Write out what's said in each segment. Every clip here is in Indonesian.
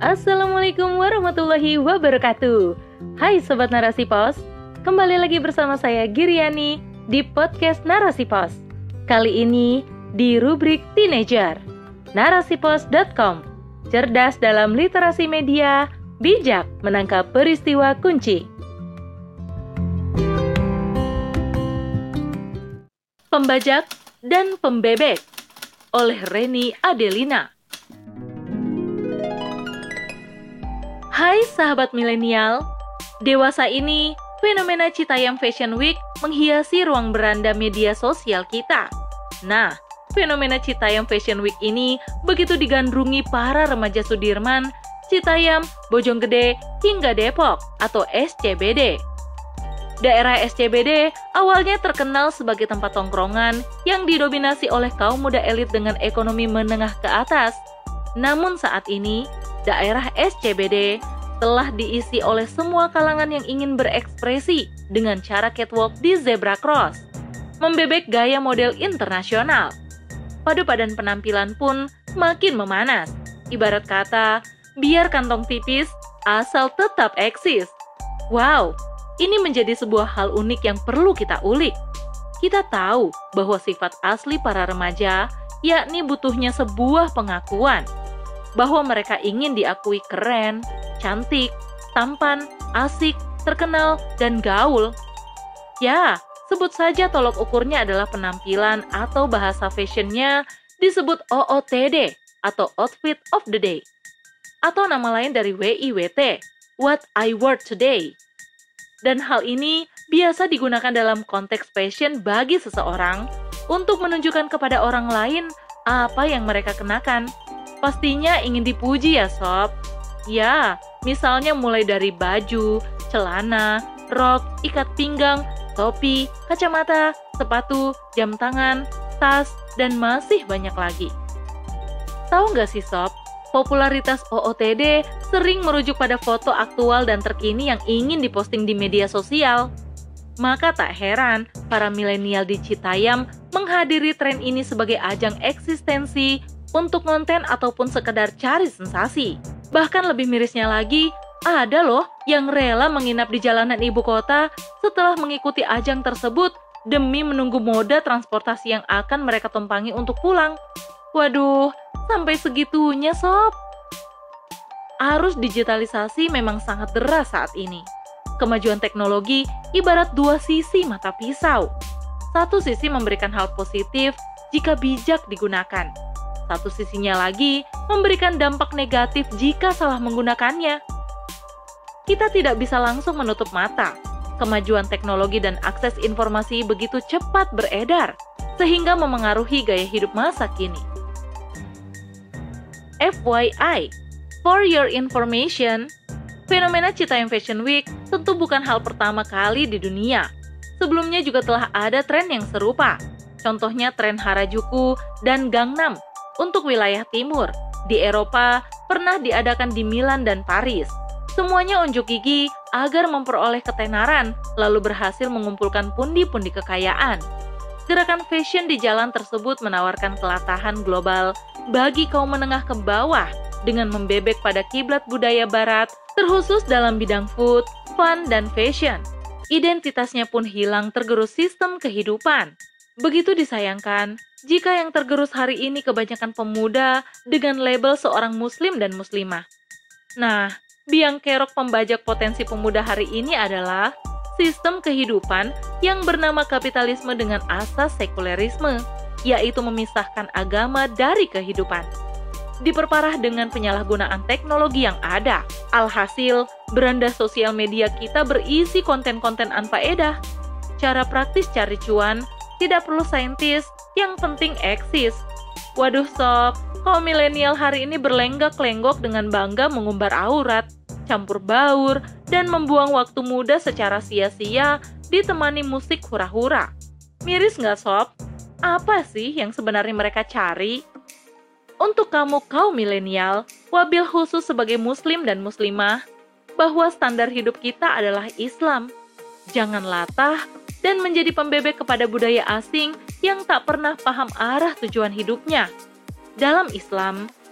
Assalamualaikum warahmatullahi wabarakatuh. Hai Sobat Narasi Pos, kembali lagi bersama saya Giriani di podcast Narasi Pos. Kali ini di rubrik Teenager. Narasipos.com, cerdas dalam literasi media, bijak menangkap peristiwa kunci. Pembajak dan Pembebek oleh Reni Adelina. Hai sahabat milenial, dewasa ini fenomena Citayam Fashion Week menghiasi ruang beranda media sosial kita. Nah, fenomena Citayam Fashion Week ini begitu digandrungi para remaja Sudirman, Citayam, Bojonggede, hingga Depok atau SCBD. Daerah SCBD awalnya terkenal sebagai tempat tongkrongan yang didominasi oleh kaum muda elit dengan ekonomi menengah ke atas. Namun saat ini, daerah SCBD telah diisi oleh semua kalangan yang ingin berekspresi dengan cara catwalk di zebra cross, membebek gaya model internasional. Padu padan penampilan pun makin memanas. Ibarat kata, biar kantong tipis, asal tetap eksis. Wow, ini menjadi sebuah hal unik yang perlu kita ulik. Kita tahu bahwa sifat asli para remaja, yakni butuhnya sebuah pengakuan, bahwa mereka ingin diakui keren, cantik, tampan, asik, terkenal, dan gaul. Ya, sebut saja tolok ukurnya adalah penampilan atau bahasa fashionnya disebut OOTD atau Outfit of the Day. Atau nama lain dari WIWT, What I Wore Today. Dan hal ini biasa digunakan dalam konteks fashion bagi seseorang untuk menunjukkan kepada orang lain apa yang mereka kenakan. Pastinya ingin dipuji ya sob. Ya, misalnya mulai dari baju, celana, rok, ikat pinggang, topi, kacamata, sepatu, jam tangan, tas, dan masih banyak lagi. Tahu nggak sih sob, popularitas OOTD sering merujuk pada foto aktual dan terkini yang ingin diposting di media sosial. Maka tak heran para milenial di Citayam menghadiri tren ini sebagai ajang eksistensi untuk konten ataupun sekedar cari sensasi. Bahkan lebih mirisnya lagi, ada loh yang rela menginap di jalanan ibu kota setelah mengikuti ajang tersebut demi menunggu moda transportasi yang akan mereka tumpangi untuk pulang. Waduh, sampai segitunya sob. Arus digitalisasi memang sangat deras saat ini. Kemajuan teknologi ibarat dua sisi mata pisau. Satu sisi memberikan hal positif jika bijak digunakan. Satu sisinya lagi memberikan dampak negatif jika salah menggunakannya. Kita tidak bisa langsung menutup mata. Kemajuan teknologi dan akses informasi begitu cepat beredar, sehingga memengaruhi gaya hidup masa kini. FYI, for your information, fenomena Citayam Fashion Week tentu bukan hal pertama kali di dunia. Sebelumnya juga telah ada tren yang serupa. Contohnya tren Harajuku dan Gangnam untuk wilayah timur. Di Eropa pernah diadakan di Milan dan Paris. Semuanya unjuk gigi agar memperoleh ketenaran, lalu berhasil mengumpulkan pundi-pundi kekayaan. Gerakan fashion di jalan tersebut menawarkan kelatahan global bagi kaum menengah ke bawah dengan membebek pada kiblat budaya barat, terkhusus dalam bidang food, fun, dan fashion. Identitasnya pun hilang tergerus sistem kehidupan. Begitu disayangkan jika yang tergerus hari ini kebanyakan pemuda dengan label seorang muslim dan muslimah. Nah, biang kerok pembajak potensi pemuda hari ini adalah sistem kehidupan yang bernama kapitalisme dengan asas sekulerisme, yaitu memisahkan agama dari kehidupan. Diperparah dengan penyalahgunaan teknologi yang ada. Alhasil, beranda sosial media kita berisi konten-konten anfaedah. Cara praktis cari cuan, tidak perlu saintis, yang penting eksis. Waduh sob, kaum milenial hari ini berlenggak-lenggok dengan bangga mengumbar aurat, campur baur, dan membuang waktu muda secara sia-sia ditemani musik hura-hura. Miris nggak sob? Apa sih yang sebenarnya mereka cari? Untuk kamu kaum milenial, wabil khusus sebagai muslim dan muslimah, bahwa standar hidup kita adalah Islam. Jangan latah dan menjadi pembebek kepada budaya asing yang tak pernah paham arah tujuan hidupnya. Dalam Islam,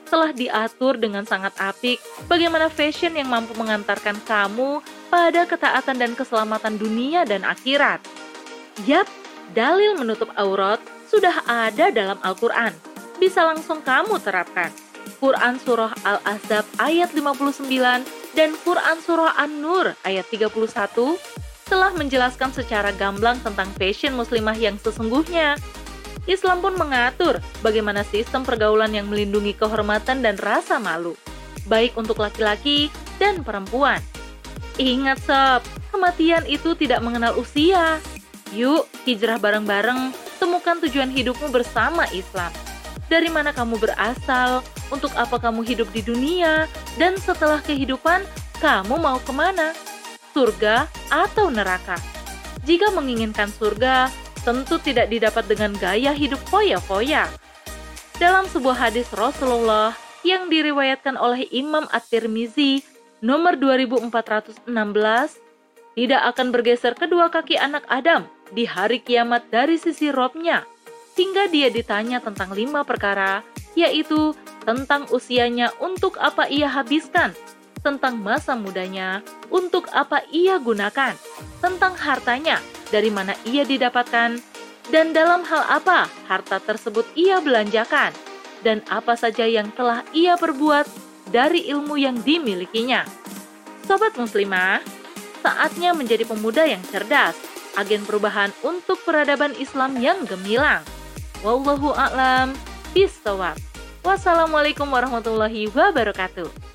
telah diatur dengan sangat apik bagaimana fashion yang mampu mengantarkan kamu pada ketaatan dan keselamatan dunia dan akhirat. Yap, dalil menutup aurat sudah ada dalam Al-Quran. Bisa langsung kamu terapkan. Quran Surah Al-Ahzab ayat 59 dan Quran Surah An-Nur ayat 31 telah menjelaskan secara gamblang tentang fashion muslimah yang sesungguhnya. Islam pun mengatur bagaimana sistem pergaulan yang melindungi kehormatan dan rasa malu, baik untuk laki-laki dan perempuan. Ingat sob, kematian itu tidak mengenal usia. Yuk, hijrah bareng-bareng, temukan tujuan hidupmu bersama Islam. Dari mana kamu berasal, untuk apa kamu hidup di dunia, dan setelah kehidupan, kamu mau kemana? Surga atau neraka? Jika menginginkan surga, tentu tidak didapat dengan gaya hidup foya-foya. Dalam sebuah hadis Rasulullah yang diriwayatkan oleh Imam At-Tirmizi nomor 2416, tidak akan bergeser kedua kaki anak Adam di hari kiamat dari sisi Robnya, hingga dia ditanya tentang 5 perkara, yaitu tentang usianya untuk apa ia habiskan, tentang masa mudanya untuk apa ia gunakan, tentang hartanya dari mana ia didapatkan, dan dalam hal apa harta tersebut ia belanjakan, dan apa saja yang telah ia perbuat dari ilmu yang dimilikinya. Sobat muslimah, saatnya menjadi pemuda yang cerdas, agen perubahan untuk peradaban Islam yang gemilang. Wallahu a'lam bishawab. Wassalamualaikum warahmatullahi wabarakatuh.